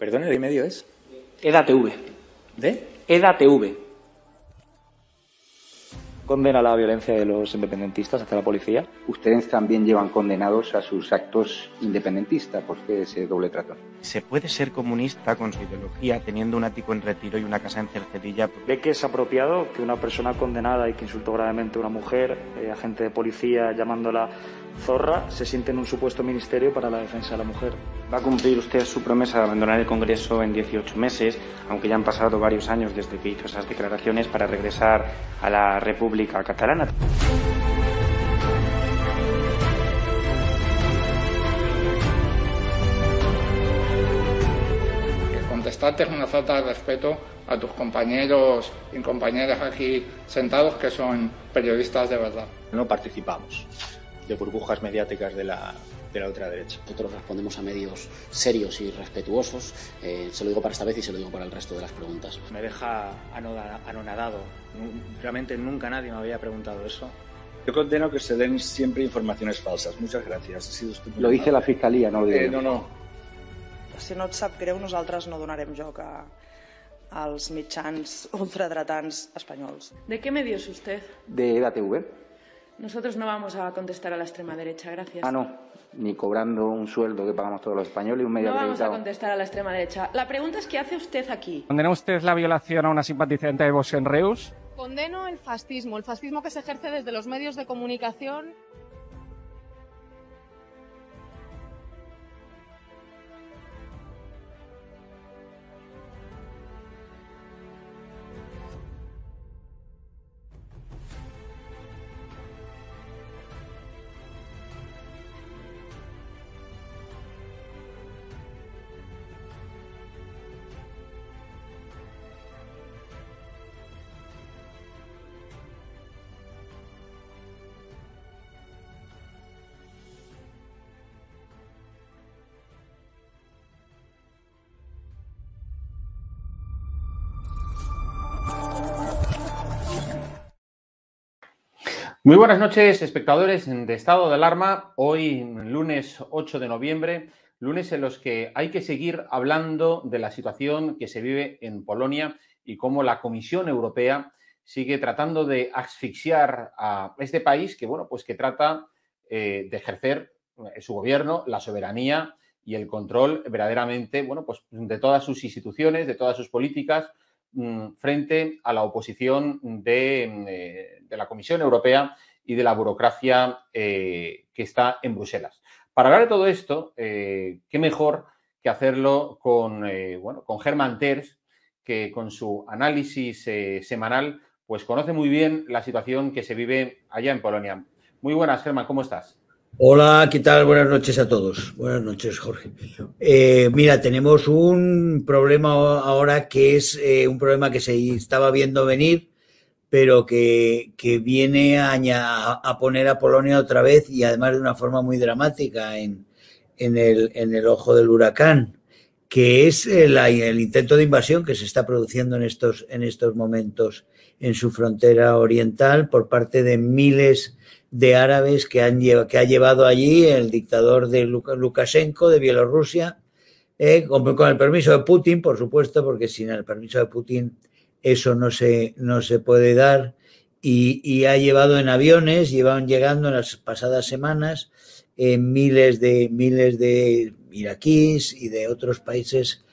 Perdone, ¿de medio es? EDATV. ¿De? EDATV. ¿Condena la violencia de los independentistas hacia la policía? Ustedes también llevan condenados a sus actos independentistas. ¿Por qué ese doble trato? ¿Se puede ser comunista con su ideología teniendo un ático en Retiro y una casa en Cercedilla? ¿Ve que es apropiado que una persona condenada y que insultó gravemente a una mujer, agente de policía llamándola zorra, se siente en un supuesto ministerio para la defensa de la mujer? ¿Va a cumplir usted su promesa de abandonar el Congreso en 18 meses, aunque ya han pasado varios años desde que hizo esas declaraciones, para regresar a la República Catalana? Contestarte es una falta de respeto a tus compañeros y compañeras aquí sentados que son periodistas de verdad. No participamos de burbujas mediáticas de la ultraderecha. Nosotros respondemos a medios serios y respetuosos. Se lo digo para esta vez y se lo digo para el resto de las preguntas. Me deja anonadado. Realmente nunca nadie me había preguntado eso. Yo condeno que se den siempre informaciones falsas. Muchas gracias. Ha sido usted muy Lo dice amable. la Fiscalía, no lo digo yo. No. Si no et sap greu, nosaltres no donarem joc als mitjans ultradretans espanyols. ¿De qué medio es usted? ¿De EDATV? Nosotros no vamos a contestar a la extrema derecha, gracias. Ah, no. Ni cobrando un sueldo que pagamos todos los españoles y un medio No vamos a acreditado. contestar a la extrema derecha. La pregunta es ¿qué hace usted aquí? ¿Condena usted la violación a una simpatizante de Vox en Reus? Condeno el fascismo que se ejerce desde los medios de comunicación. Muy buenas noches, espectadores de Estado de Alarma. Hoy, lunes 8 de noviembre, lunes en los que hay que seguir hablando de la situación que se vive en Polonia y cómo la Comisión Europea sigue tratando de asfixiar a este país que, pues que trata de ejercer su gobierno, la soberanía y el control verdaderamente, pues de todas sus instituciones, de todas sus políticas, frente a la oposición de la Comisión Europea y de la burocracia que está en Bruselas. Para hablar de todo esto, qué mejor que hacerlo con Germán Tertsch, que con su análisis semanal pues conoce muy bien la situación que se vive allá en Polonia. Muy buenas, Germán, ¿cómo estás? Hola, ¿qué tal? Buenas noches a todos. Buenas noches, Jorge. Mira, tenemos un problema ahora que es un problema que se estaba viendo venir, pero que viene a poner a Polonia otra vez y además de una forma muy dramática en el ojo del huracán, que es el intento de invasión que se está produciendo en estos momentos en su frontera oriental por parte de miles de árabes que ha llevado allí el dictador de Lukashenko de Bielorrusia, con el permiso de Putin, por supuesto, porque sin el permiso de Putin eso no se puede dar, y ha llevado en aviones, llevan llegando en las pasadas semanas miles de iraquíes y de otros países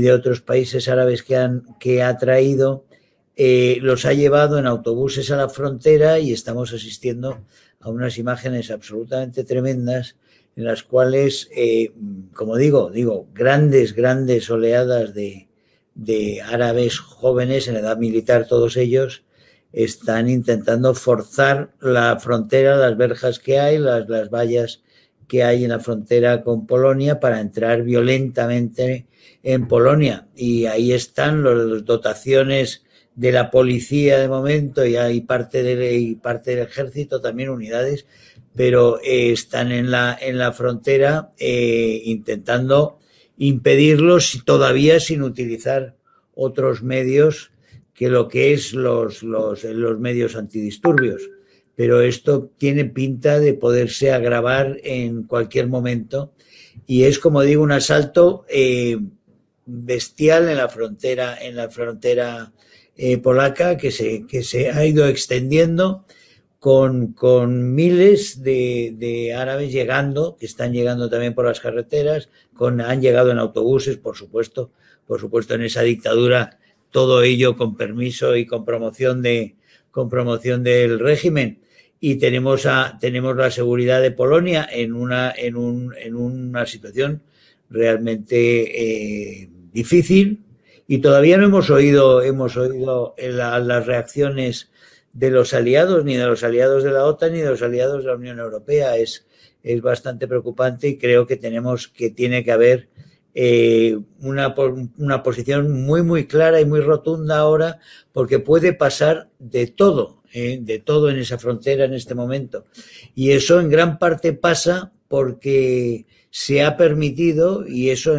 árabes que ha traído, los ha llevado en autobuses a la frontera y estamos asistiendo a unas imágenes absolutamente tremendas en las cuales, como digo, grandes oleadas de árabes jóvenes en edad militar, todos ellos están intentando forzar la frontera, las verjas que hay, las vallas que hay en la frontera con Polonia para entrar violentamente en Polonia. Y ahí están las dotaciones de la policía de momento y hay parte del ejército, también unidades, pero están en la frontera intentando impedirlos todavía sin utilizar otros medios que lo que es los medios antidisturbios. Pero esto tiene pinta de poderse agravar en cualquier momento y es, como digo, un asalto bestial en la frontera polaca que se ha ido extendiendo con miles de árabes llegando, que están llegando también por las carreteras, han llegado en autobuses, por supuesto en esa dictadura, todo ello con permiso y con promoción del régimen. Y tenemos la seguridad de Polonia en una situación realmente difícil, y todavía no hemos oído las reacciones de los aliados, ni de los aliados de la OTAN, ni de los aliados de la Unión Europea. Es bastante preocupante, y creo que tiene que haber una posición muy, muy clara y muy rotunda ahora, porque puede pasar de todo en esa frontera en este momento. Y eso en gran parte pasa porque se ha permitido, y eso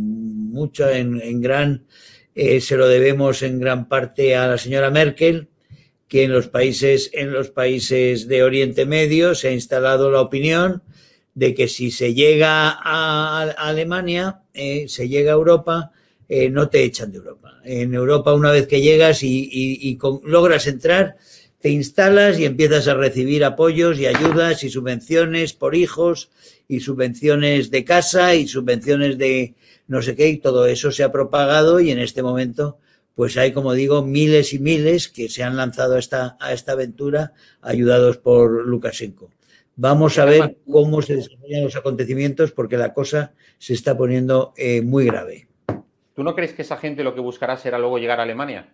se lo debemos en gran parte a la señora Merkel, que en los países de Oriente Medio se ha instalado la opinión de que si se llega a Alemania, se llega a Europa, no te echan de Europa. En Europa, una vez que llegas y logras entrar, te instalas y empiezas a recibir apoyos y ayudas y subvenciones por hijos, y subvenciones de casa, y subvenciones de no sé qué, y todo eso se ha propagado, y en este momento pues hay, como digo, miles y miles que se han lanzado a esta aventura, ayudados por Lukashenko. Vamos a ver cómo se desarrollan los acontecimientos, porque la cosa se está poniendo muy grave. ¿Tú no crees que esa gente lo que buscará será luego llegar a Alemania?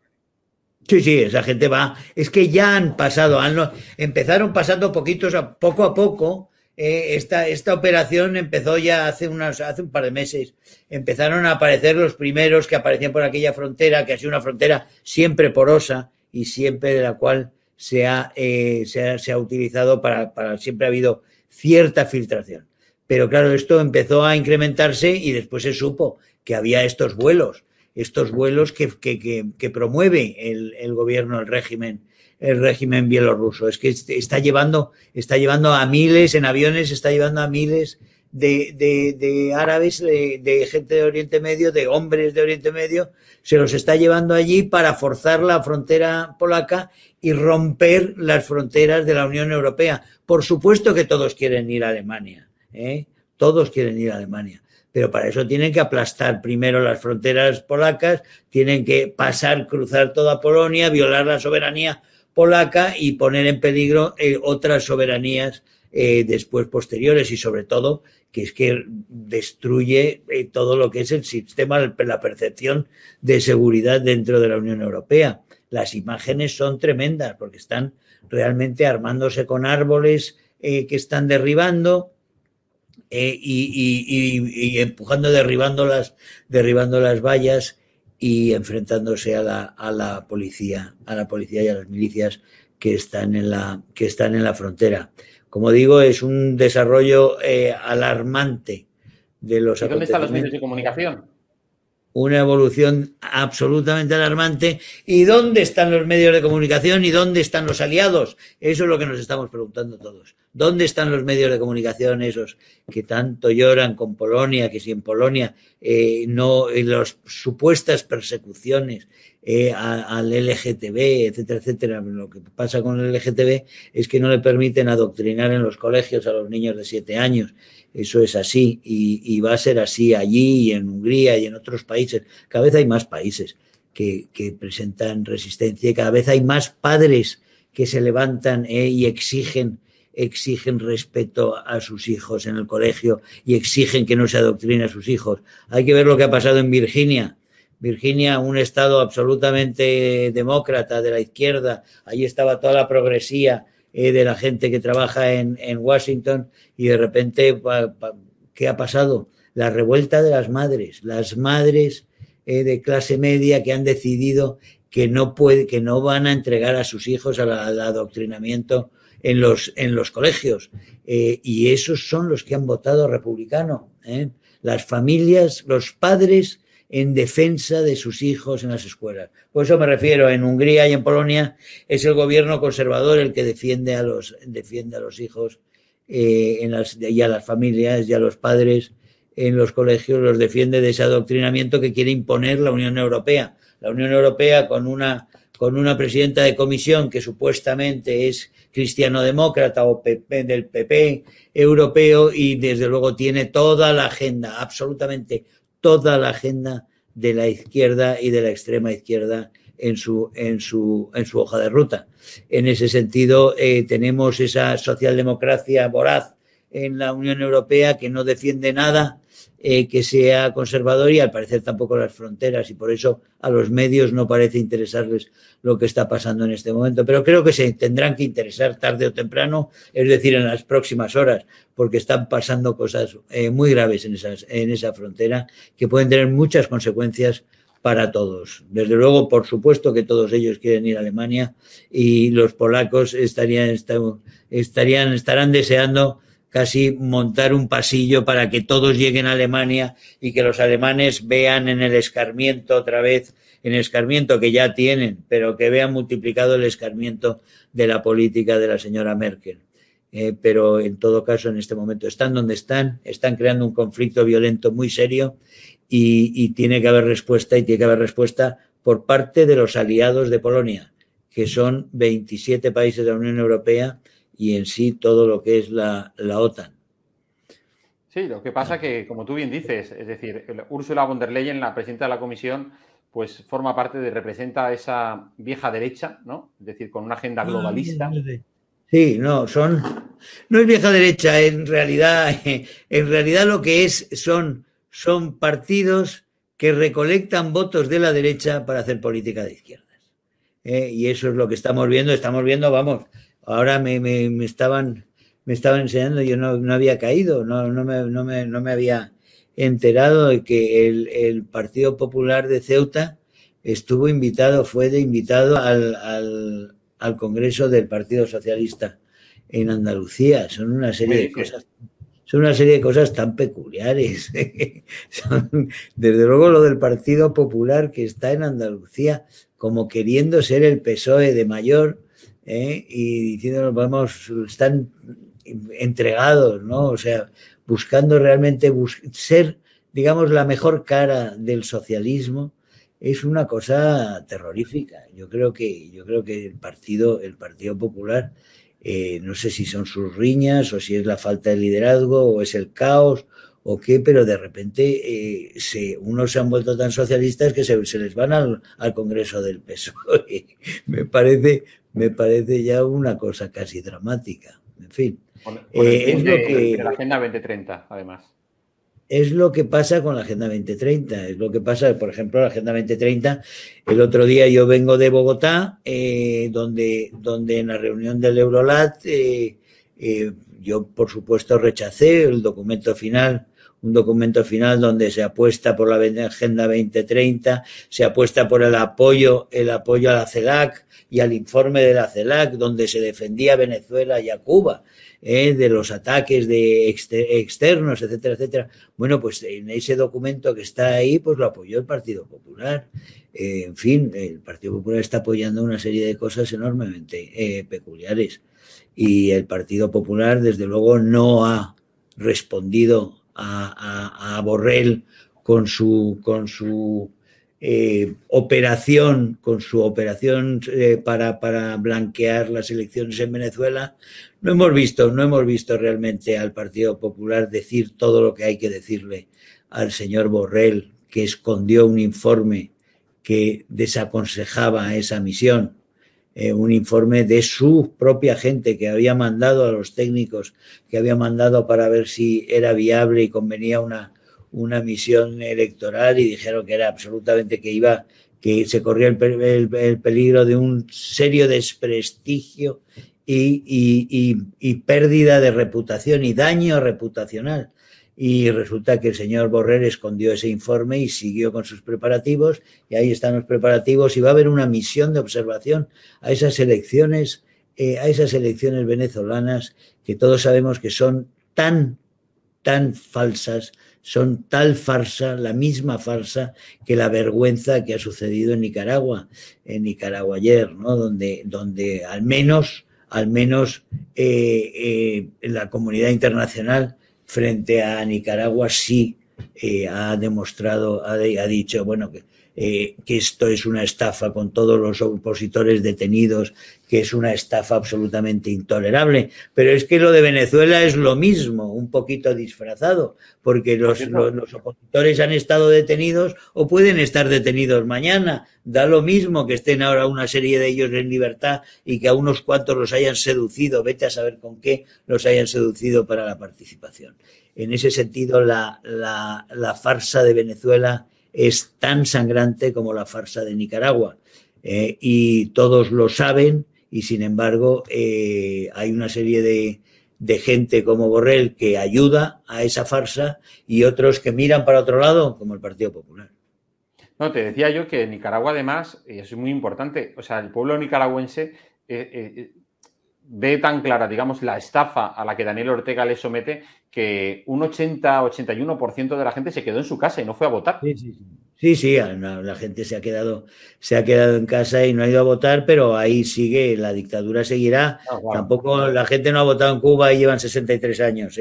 Sí, esa gente va. Es que ya han pasado, empezaron pasando poquitos, poco a poco. Esta operación empezó ya hace un par de meses. Empezaron a aparecer los primeros que aparecían por aquella frontera, que ha sido una frontera siempre porosa y siempre de la cual se ha utilizado para siempre ha habido cierta filtración. Pero claro, esto empezó a incrementarse, y después se supo que había estos vuelos que promueve el gobierno, el régimen bielorruso. Es que está llevando a miles en aviones, está llevando a miles de árabes, de gente de Oriente Medio, de hombres de Oriente Medio, se los está llevando allí para forzar la frontera polaca y romper las fronteras de la Unión Europea. Por supuesto que todos quieren ir a Alemania, todos quieren ir a Alemania. Pero para eso tienen que aplastar primero las fronteras polacas, tienen que cruzar toda Polonia, violar la soberanía polaca y poner en peligro otras soberanías después posteriores, y sobre todo que es que destruye todo lo que es el sistema, la percepción de seguridad dentro de la Unión Europea. Las imágenes son tremendas, porque están realmente armándose con árboles que están derribando, y empujando, derribando las vallas, y enfrentándose a la policía y a las milicias que están en la frontera. Como digo, es un desarrollo alarmante de los acontecimientos. ¿Y dónde están los medios de comunicación? Una evolución absolutamente alarmante. ¿Y dónde están los medios de comunicación y dónde están los aliados? Eso es lo que nos estamos preguntando todos. ¿Dónde están los medios de comunicación esos que tanto lloran con Polonia, que si en Polonia las supuestas persecuciones al LGTB, etcétera, etcétera? Lo que pasa con el LGTB es que no le permiten adoctrinar en los colegios a los niños de 7 años. Eso es así, y va a ser así allí y en Hungría y en otros países. Cada vez hay más países que presentan resistencia, y cada vez hay más padres que se levantan y exigen respeto a sus hijos en el colegio, y exigen que no se adoctrine a sus hijos. Hay que ver lo que ha pasado en Virginia. Virginia, un estado absolutamente demócrata, de la izquierda. Allí estaba toda la progresía de la gente que trabaja en Washington, y de repente, ¿qué ha pasado? La revuelta de las madres de clase media, que han decidido que no van a entregar a sus hijos al adoctrinamiento en los colegios, y esos son los que han votado republicano, las familias, los padres en defensa de sus hijos en las escuelas. Por eso me refiero, en Hungría y en Polonia es el gobierno conservador el que defiende a los hijos y a las familias y a los padres en los colegios los defiende de ese adoctrinamiento que quiere imponer la Unión Europea. La Unión Europea con una presidenta de comisión que supuestamente es cristiano-demócrata o del PP europeo, y desde luego tiene toda la agenda, absolutamente toda la agenda de la izquierda y de la extrema izquierda en su hoja de ruta. En ese sentido, tenemos esa socialdemocracia voraz en la Unión Europea que no defiende nada que sea conservador, y al parecer tampoco las fronteras, y por eso a los medios no parece interesarles lo que está pasando en este momento. Pero creo que se tendrán que interesar tarde o temprano, es decir, en las próximas horas, porque están pasando cosas muy graves en esa frontera que pueden tener muchas consecuencias para todos. Desde luego, por supuesto que todos ellos quieren ir a Alemania, y los polacos estarán deseando casi montar un pasillo para que todos lleguen a Alemania y que los alemanes vean en el escarmiento otra vez, en el escarmiento que ya tienen, pero que vean multiplicado el escarmiento de la política de la señora Merkel. Pero en todo caso, en este momento están donde están creando un conflicto violento muy serio, y tiene que haber respuesta, y tiene que haber respuesta por parte de los aliados de Polonia, que son 27 países de la Unión Europea y en sí todo lo que es la OTAN. Sí, lo que pasa que, como tú bien dices, es decir, Ursula von der Leyen, la presidenta de la Comisión, pues forma parte representa esa vieja derecha, ¿no? Es decir, con una agenda globalista. Sí, no es vieja derecha, en realidad lo que son partidos que recolectan votos de la derecha para hacer política de izquierdas. Y eso es lo que estamos viendo, vamos. Ahora me estaban enseñando, yo no había caído, no me había enterado de que el Partido Popular de Ceuta fue invitado al Congreso del Partido Socialista en Andalucía. Son una serie de cosas tan peculiares. Desde luego lo del Partido Popular, que está en Andalucía como queriendo ser el PSOE de mayor, y diciéndonos, están entregados, ¿no? O sea, buscando realmente ser, digamos, la mejor cara del socialismo. Es una cosa terrorífica. Yo creo que el Partido Popular, no sé si son sus riñas o si es la falta de liderazgo o es el caos o qué, pero de repente unos se han vuelto tan socialistas que se les van al Congreso del PSOE. Me parece ya una cosa casi dramática. En fin. Es lo que la Agenda 2030, además. Es lo que pasa con la Agenda 2030. Es lo que pasa, por ejemplo, la Agenda 2030. El otro día yo vengo de Bogotá, donde en la reunión del Eurolat yo, por supuesto, rechacé el documento final. Un documento final donde se apuesta por la Agenda 2030, se apuesta por el apoyo a la CELAC y al informe de la CELAC, donde se defendía a Venezuela y a Cuba de los ataques externos, etcétera, etcétera. Bueno, pues en ese documento que está ahí, pues lo apoyó el Partido Popular. En fin, el Partido Popular está apoyando una serie de cosas enormemente peculiares, y el Partido Popular, desde luego, no ha respondido a Borrell con su operación para blanquear las elecciones en Venezuela. No hemos visto realmente al Partido Popular decir todo lo que hay que decirle al señor Borrell, que escondió un informe que desaconsejaba esa misión. Un informe de su propia gente que había mandado a los técnicos, que había mandado para ver si era viable y convenía una misión electoral, y dijeron que era absolutamente que se corría el peligro de un serio desprestigio y pérdida de reputación y daño reputacional. Y resulta que el señor Borrell escondió ese informe y siguió con sus preparativos, y ahí están los preparativos, y va a haber una misión de observación a esas elecciones venezolanas, que todos sabemos que son tan falsas, son tal farsa, la misma farsa que la vergüenza que ha sucedido en Nicaragua ayer, ¿no? Donde al menos la comunidad internacional frente a Nicaragua sí ha demostrado, ha dicho, bueno, que esto es una estafa con todos los opositores detenidos, que es una estafa absolutamente intolerable. Pero es que lo de Venezuela es lo mismo, un poquito disfrazado, porque los opositores han estado detenidos o pueden estar detenidos mañana. Da lo mismo que estén ahora una serie de ellos en libertad y que a unos cuantos los hayan seducido, vete a saber con qué los hayan seducido para la participación. En ese sentido, la farsa de Venezuela es tan sangrante como la farsa de Nicaragua, y todos lo saben, y sin embargo hay una serie de gente como Borrell que ayuda a esa farsa y otros que miran para otro lado, como el Partido Popular. No, te decía yo que Nicaragua, además, y eso es muy importante, o sea, el pueblo nicaragüense ve tan clara, digamos, la estafa a la que Daniel Ortega le somete, que un 80-81% de la gente se quedó en su casa y no fue a votar. Sí, la gente se ha quedado en casa y no ha ido a votar, pero ahí sigue, la dictadura seguirá. Claro. Tampoco la gente no ha votado en Cuba y llevan 63 años,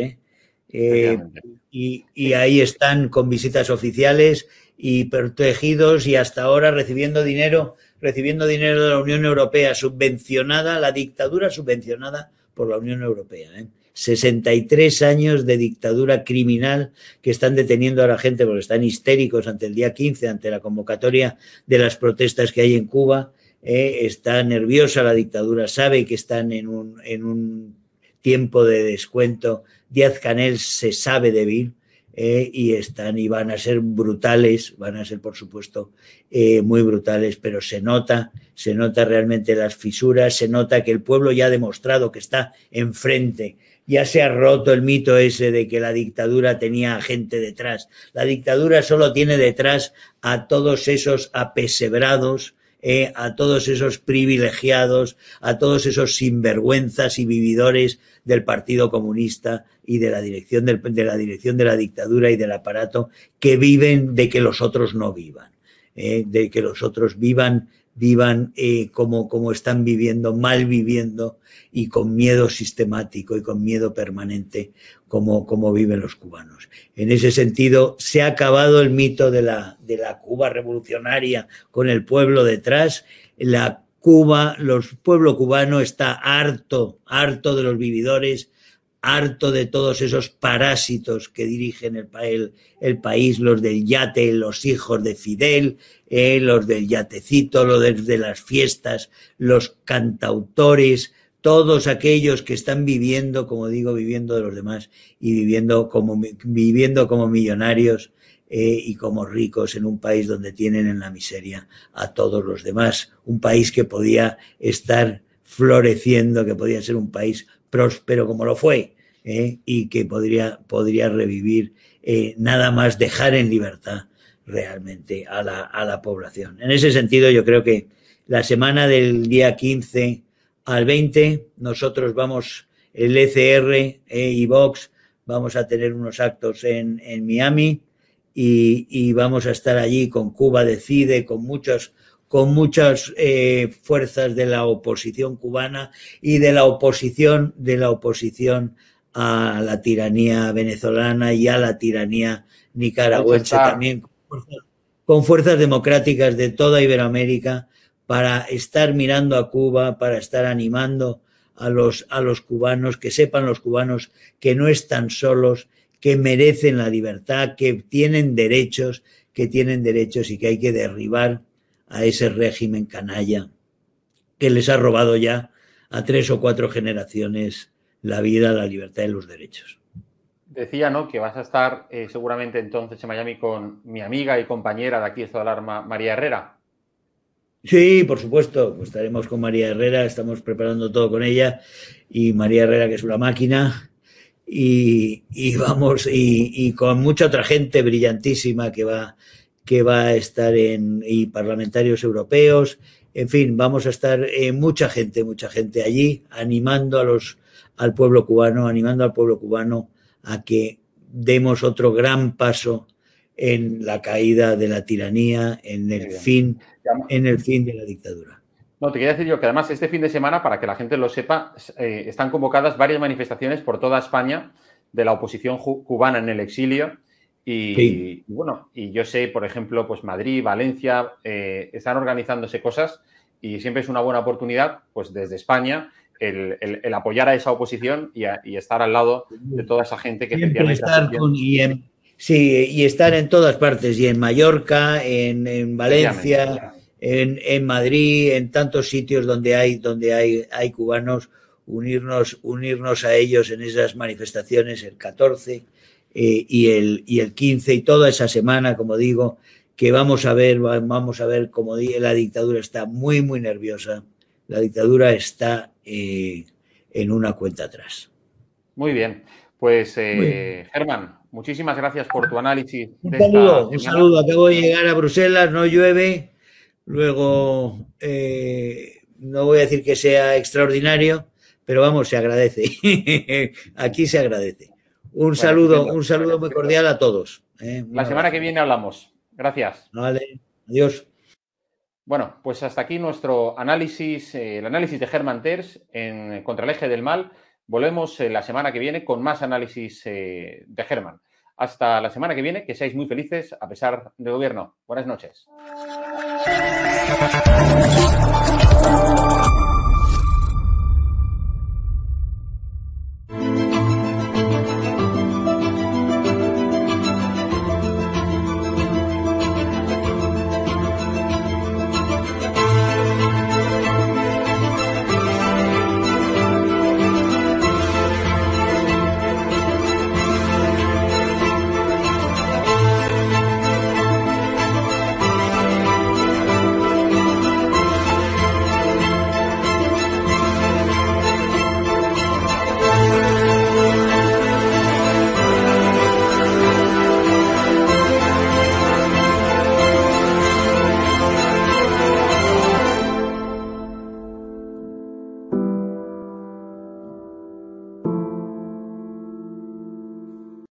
y ahí están con visitas oficiales y protegidos y hasta ahora recibiendo dinero de la Unión Europea, la dictadura subvencionada por la Unión Europea. 63 años de dictadura criminal que están deteniendo a la gente porque están histéricos ante el día 15, ante la convocatoria de las protestas que hay en Cuba. Está nerviosa la dictadura, sabe que están en un tiempo de descuento. Díaz-Canel se sabe débil, y van a ser brutales, van a ser por supuesto muy brutales, pero se nota realmente las fisuras, se nota que el pueblo ya ha demostrado que está enfrente. Ya se ha roto el mito ese de que la dictadura tenía gente detrás. La dictadura solo tiene detrás a todos esos apesebrados, a todos esos privilegiados, a todos esos sinvergüenzas y vividores del Partido Comunista y de la dirección de la dictadura y del aparato, que viven de que los otros no vivan, de que los otros vivan como están viviendo, mal viviendo y con miedo sistemático y con miedo permanente como viven los cubanos. En ese sentido, se ha acabado el mito de la Cuba revolucionaria con el pueblo detrás. El pueblo cubano está harto de los vividores, harto de todos esos parásitos que dirigen el país, los del yate, los hijos de Fidel, los del yatecito, los de las fiestas, los cantautores, todos aquellos que están viviendo, como digo, viviendo de los demás y viviendo como millonarios y como ricos en un país donde tienen en la miseria a todos los demás. Un país que podía estar floreciendo, que podía ser un país próspero como lo fue, y que podría revivir, nada más dejar en libertad realmente a la población. En ese sentido, yo creo que la semana del día 15 al 20, nosotros el ECR y Vox, vamos a tener unos actos en Miami y vamos a estar allí con Cuba Decide, con muchas fuerzas de la oposición cubana y de la oposición a la tiranía venezolana y a la tiranía nicaragüense también, con fuerzas democráticas de toda Iberoamérica, para estar mirando a Cuba, para estar animando a los cubanos, que sepan los cubanos que no están solos, que merecen la libertad, que tienen derechos y que hay que derribar a ese régimen canalla que les ha robado ya a 3 o 4 generaciones la vida, la libertad y los derechos. Decía, ¿no?, que vas a estar seguramente entonces en Miami con mi amiga y compañera de aquí de Estado de Alarma, María Herrera. Sí, por supuesto, pues estaremos con María Herrera, estamos preparando todo con ella, y María Herrera, que es una máquina, y vamos, y con mucha otra gente brillantísima que va a estar y parlamentarios europeos. En fin, vamos a estar mucha gente allí animando al pueblo cubano a que demos otro gran paso en la caída de la tiranía, en el fin de la dictadura. No, te quería decir yo que además este fin de semana, para que la gente lo sepa, están convocadas varias manifestaciones por toda España de la oposición cubana en el exilio, Y bueno, y yo sé, por ejemplo, pues Madrid, Valencia, están organizándose cosas y siempre es una buena oportunidad, pues desde España, el apoyar a esa oposición y estar al lado de toda esa gente que Siempre efectivamente... y estar en todas partes, y en Mallorca, en Valencia, en Madrid, en tantos sitios donde hay cubanos, unirnos a ellos en esas manifestaciones el 14 y el 15 y toda esa semana, como digo, que vamos a ver, como dije, la dictadura está muy, muy nerviosa. La dictadura está en una cuenta atrás. Muy bien. Pues, Germán, muchísimas gracias por tu análisis. Un saludo. Acabo de llegar a Bruselas, no llueve. Luego, no voy a decir que sea extraordinario, pero vamos, se agradece. Aquí se agradece. Un saludo muy cordial a todos. La semana que viene hablamos. Gracias. Vale, adiós. Bueno, pues hasta aquí nuestro análisis, el análisis de Germán Terç en Contra el Eje del Mal. Volvemos la semana que viene con más análisis de Germán. Hasta la semana que viene, que seáis muy felices a pesar del gobierno. Buenas noches.